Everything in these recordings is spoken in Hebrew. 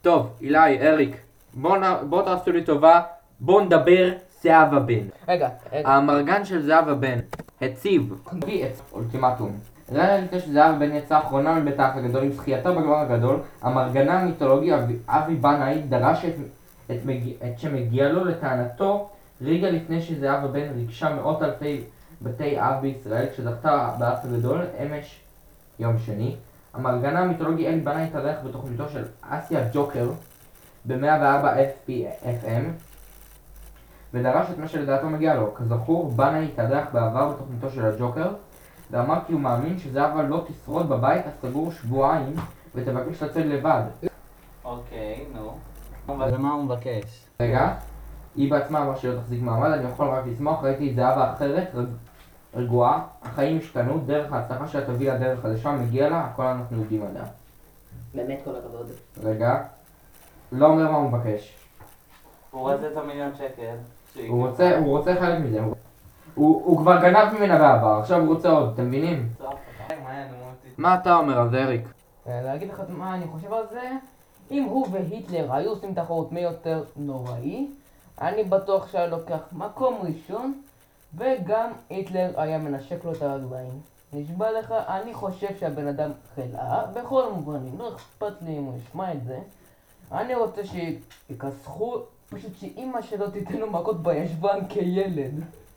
טוב, אילי, אריק, בוא תעשו לי טובה, בוא נדבר זהבה בן. רגע. האמרגן של זהבה בן הציב לי את אולטימטום. רגע לפני שזהבה בן יצאה האחרונה מבית האח הגדול עם זכייתה בגמר הגדול, המרגנה המיתולוגי אבי בנאי דרש את שמגיע לו לטענתו רגע לפני שזהבה בן ריגשה מאות אלפי בתי אב בישראל כשזכתה באח הגדול אמש יום שני. המרגנה המיתולוגי אלי בנאי התארח בתוכניתו של אסיה ג'וקר ב-104 FM ודרש את מה שלדעתו מגיע לו. כזכור, בנאי התארח בעבר בתוכניתו של הג'וקר ואמר כי הוא מאמין שזהבה לא תשרוד בבית הסגור שבועיים ותבקש לצאת לבד. אוקיי, נו. ומה הוא מבקש? רגע, היא בעצמה אמרה שלא תחזיק מעמד, אני יכול רק לשמוח, ראיתי את זהבה אחרת, רגועה, החיים השתנו, דרך ההצלחה שלה תביא לה דרך חדשה, מגיע לה, הכל אנחנו יודעים עליה. באמת כל הכבוד. רגע, לא אומר מה הוא מבקש. הוא רוצה את המיליון שקל. הוא רוצה חלק מזה, הוא כבר גנב ממנה בעבר, עכשיו הוא רוצה עוד, אתם מבינים? מה אתה אומר על זה, אריק? להגיד לך מה אני חושב על זה? אם הוא והיטלר היו עושים תחרות מי יותר נוראי, אני בטוח שהיה לוקח מקום ראשון וגם היטלר היה מנשק לו את הרגליים. נשבע לך, אני חושב שהבן אדם חלאה בכל המובנים, לא אכפת לי אם הוא ישמע את זה. אני רוצה שיקסחו, פשוט שאמא שלו תיתן לו מכות בישבן כילד.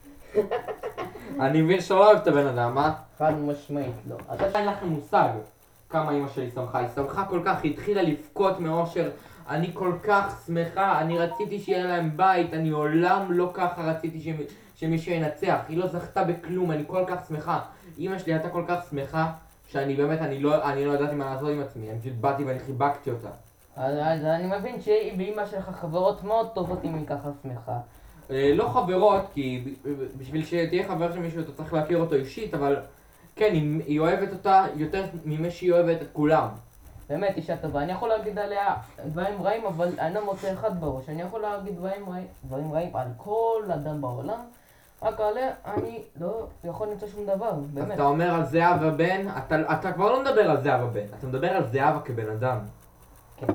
אני מבין שלא אוהב את הבן אדם, מה? חד משמעית לא. אין לכם מושג כמה אמא שלי שמחה, היא שמחה כל כך, היא התחילה לבכות מאושר, אני כל כך שמחה, אני רציתי שיהיה להם בית, אני עולם לא ככה רציתי שמישהו ינצח, היא לא זכתה בכלום, אני כל כך שמחה, אמא שלי הייתה כל כך שמחה, שאני באמת, אני לא ידעתי מה לעשות עם עצמי, אני פשוט באתי ואני חיבקתי אותה. אז אני מבין שהיא ואמא שלך חברות מאוד טובות אם היא ככה שמחה. לא חברות, כי בשביל שתהיה חבר של מישהו אתה צריך להכיר אותו אישית, אבל כן, היא אוהבת אותה יותר ממי שהיא אוהבת את כולם. באמת אישה טובה, אני יכול להגיד עליה דברים רעים, אבל אני לא מוצא אחד בראש. אני יכול להגיד דברים רעים על כל אדם בעולם, רק עליה אני לא יכול למצוא שום דבר, באמת. אז אתה אומר על זהבה בן, אתה כבר לא מדבר על זהבה בן, אתה מדבר על זהבה כבן אדם. כן.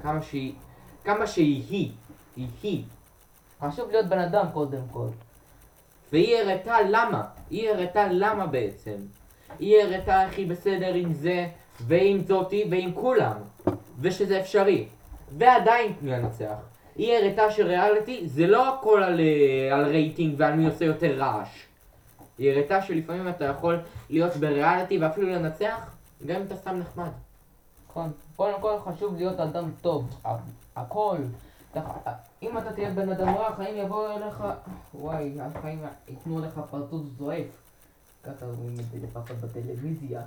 כמה שהיא, היא. חשוב להיות בן אדם קודם כל. והיא הראתה למה, היא הראתה למה בעצם. היא הראתה איך היא בסדר עם זה, ועם זאתי, ועם כולם. ושזה אפשרי. ועדיין לנצח. היא הראתה שריאליטי זה לא הכל על רייטינג ועל מי עושה יותר רעש. היא הראתה שלפעמים אתה יכול להיות בריאליטי ואפילו לנצח, גם אם אתה סתם נחמד. נכון. קודם כל חשוב להיות אדם טוב. הכל. אם אתה תהיה בן אדם רע, החיים יבואו אליך, וואי, החיים ייתנו לך פרצוף זועף. ככה רואים את זה לפחות בטלוויזיה.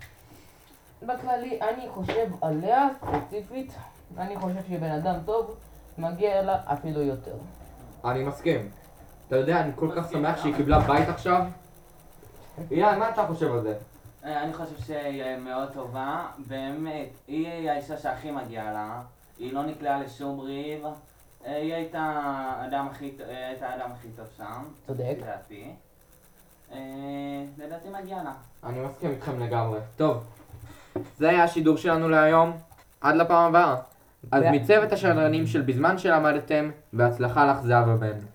בכללי, אני חושב עליה ספציפית, אני חושב שבן אדם טוב מגיע לה אפילו יותר. אני מסכים. אתה יודע, אני כל כך שמח שהיא קיבלה בית עכשיו. יאללה, מה אתה חושב על זה? אני חושב שהיא מאוד טובה, באמת, היא האישה שהכי מגיעה לה, היא לא נקלעה לשום ריב, היא הייתה האדם הכי טוב שם. צודק. לדעתי מגיע לה. אני מסכים איתכם לגמרי. טוב, זה היה השידור שלנו להיום. עד לפעם הבאה. אז מצוות השדרנים של בזמן שלמדתם, בהצלחה לך זהבה בן.